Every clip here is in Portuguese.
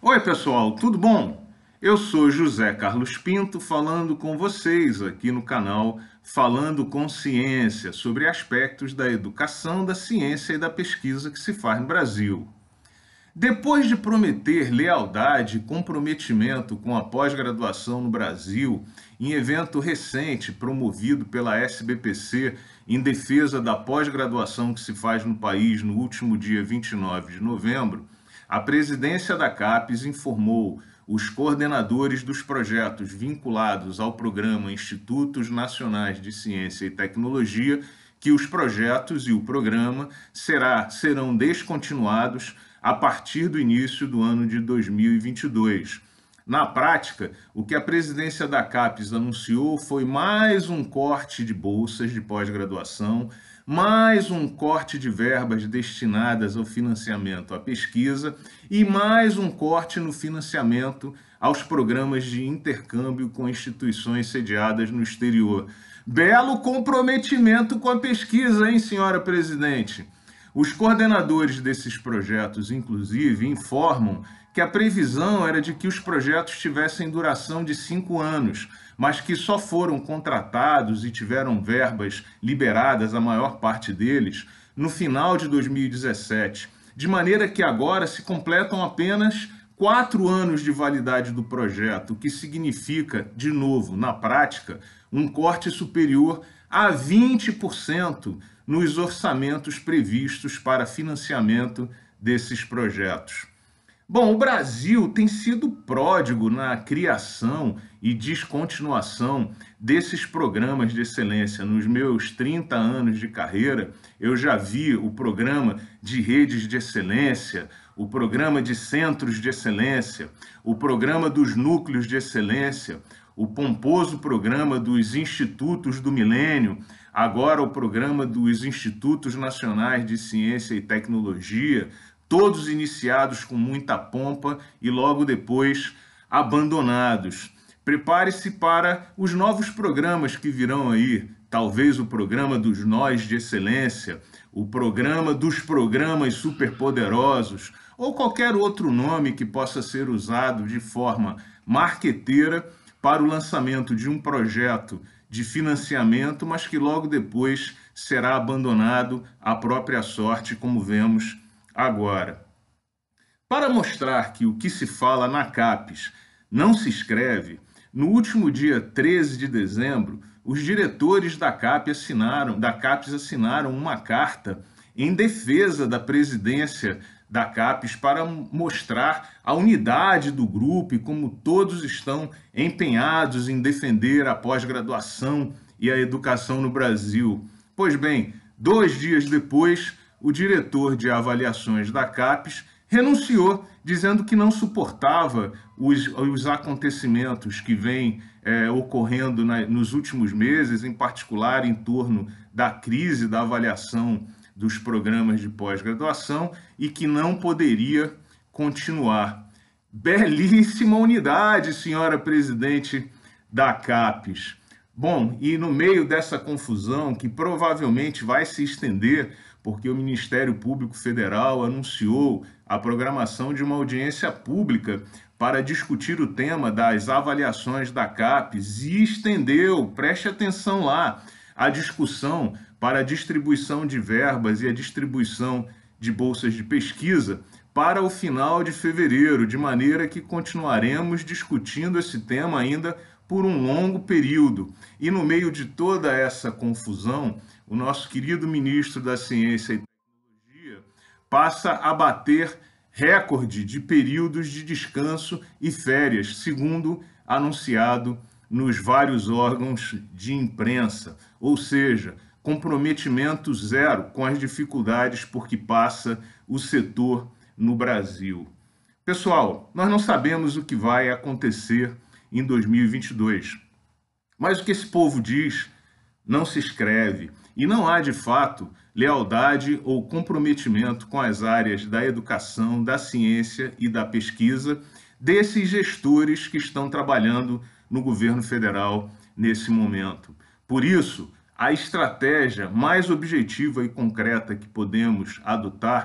Oi, pessoal, tudo bom? Eu sou José Carlos Pinto falando com vocês aqui no canal Falando com Ciência sobre aspectos da educação, da ciência e da pesquisa que se faz no Brasil. Depois de prometer lealdade e comprometimento com a pós-graduação no Brasil, em evento recente promovido pela SBPC em defesa da pós-graduação que se faz no país no último dia 29 de novembro, a presidência da CAPES informou os coordenadores dos projetos vinculados ao programa Institutos Nacionais de Ciência e Tecnologia que os projetos e o programa serão descontinuados a partir do início do ano de 2022. Na prática, o que a presidência da CAPES anunciou foi mais um corte de bolsas de pós-graduação, mais um corte de verbas destinadas ao financiamento à pesquisa e mais um corte no financiamento aos programas de intercâmbio com instituições sediadas no exterior. Belo comprometimento com a pesquisa, hein, senhora presidente? Os coordenadores desses projetos, inclusive, informam que a previsão era de que os projetos tivessem duração de 5 anos, mas que só foram contratados e tiveram verbas liberadas, a maior parte deles, no final de 2017, de maneira que agora se completam apenas 4 anos de validade do projeto, o que significa, de novo, na prática, um corte superior a 20% nos orçamentos previstos para financiamento desses projetos. Bom, o Brasil tem sido pródigo na criação e descontinuação desses programas de excelência. Nos meus 30 anos de carreira, eu já vi o programa de redes de excelência, o programa de centros de excelência, o programa dos núcleos de excelência, o pomposo programa dos Institutos do Milênio, agora o programa dos Institutos Nacionais de Ciência e Tecnologia, todos iniciados com muita pompa e logo depois abandonados. Prepare-se para os novos programas que virão aí, talvez o programa dos nós de excelência, o programa dos programas superpoderosos, ou qualquer outro nome que possa ser usado de forma marqueteira para o lançamento de um projeto de financiamento, mas que logo depois será abandonado à própria sorte, como vemos agora. Para mostrar que o que se fala na CAPES não se escreve, no último dia 13 de dezembro, os diretores da CAPES assinaram uma carta em defesa da presidência da CAPES para mostrar a unidade do grupo e como todos estão empenhados em defender a pós-graduação e a educação no Brasil. Pois bem, 2 dias depois, o diretor de avaliações da CAPES renunciou, dizendo que não suportava os acontecimentos que vêm ocorrendo nos últimos meses, em particular em torno da crise da avaliação dos programas de pós-graduação, e que não poderia continuar. Belíssima unidade, senhora presidente da CAPES. Bom, e no meio dessa confusão, que provavelmente vai se estender, porque o Ministério Público Federal anunciou a programação de uma audiência pública para discutir o tema das avaliações da CAPES e estendeu, preste atenção lá, a discussão para a distribuição de verbas e a distribuição de bolsas de pesquisa para o final de fevereiro, de maneira que continuaremos discutindo esse tema ainda por um longo período. E no meio de toda essa confusão, o nosso querido ministro da Ciência e Tecnologia passa a bater recorde de períodos de descanso e férias, segundo anunciado nos vários órgãos de imprensa, ou seja, comprometimento zero com as dificuldades por que passa o setor no Brasil. Pessoal, nós não sabemos o que vai acontecer em 2022, mas o que esse povo diz não se escreve e não há, de fato, lealdade ou comprometimento com as áreas da educação, da ciência e da pesquisa desses gestores que estão trabalhando no governo federal nesse momento. Por isso, a estratégia mais objetiva e concreta que podemos adotar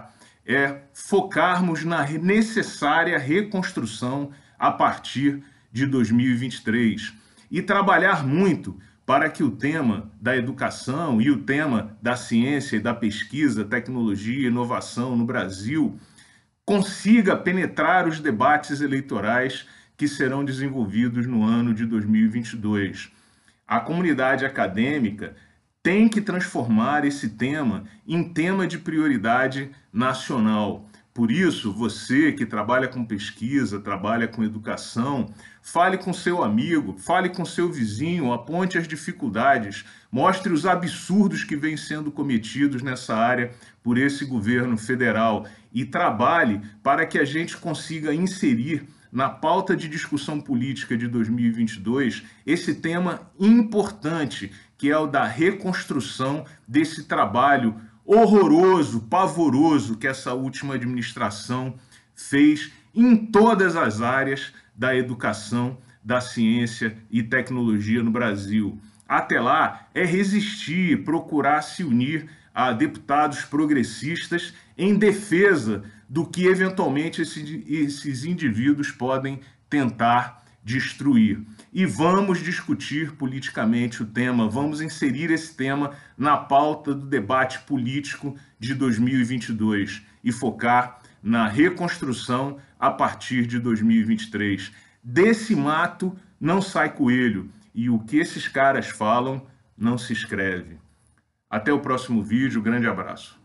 é focarmos na necessária reconstrução a partir de 2023 e trabalhar muito para que o tema da educação e o tema da ciência e da pesquisa, tecnologia e inovação no Brasil consiga penetrar os debates eleitorais que serão desenvolvidos no ano de 2022. A comunidade acadêmica tem que transformar esse tema em tema de prioridade nacional. Por isso, você que trabalha com pesquisa, trabalha com educação, fale com seu amigo, fale com seu vizinho, aponte as dificuldades, mostre os absurdos que vêm sendo cometidos nessa área por esse governo federal e trabalhe para que a gente consiga inserir na pauta de discussão política de 2022 esse tema importante, que é o da reconstrução desse trabalho horroroso, pavoroso que essa última administração fez em todas as áreas da educação, da ciência e tecnologia no Brasil. Até lá, é resistir, procurar se unir a deputados progressistas em defesa do que eventualmente esses indivíduos podem tentar destruir. E vamos discutir politicamente o tema, vamos inserir esse tema na pauta do debate político de 2022 e focar na reconstrução a partir de 2023. Desse mato não sai coelho, e o que esses caras falam não se escreve. Até o próximo vídeo, grande abraço.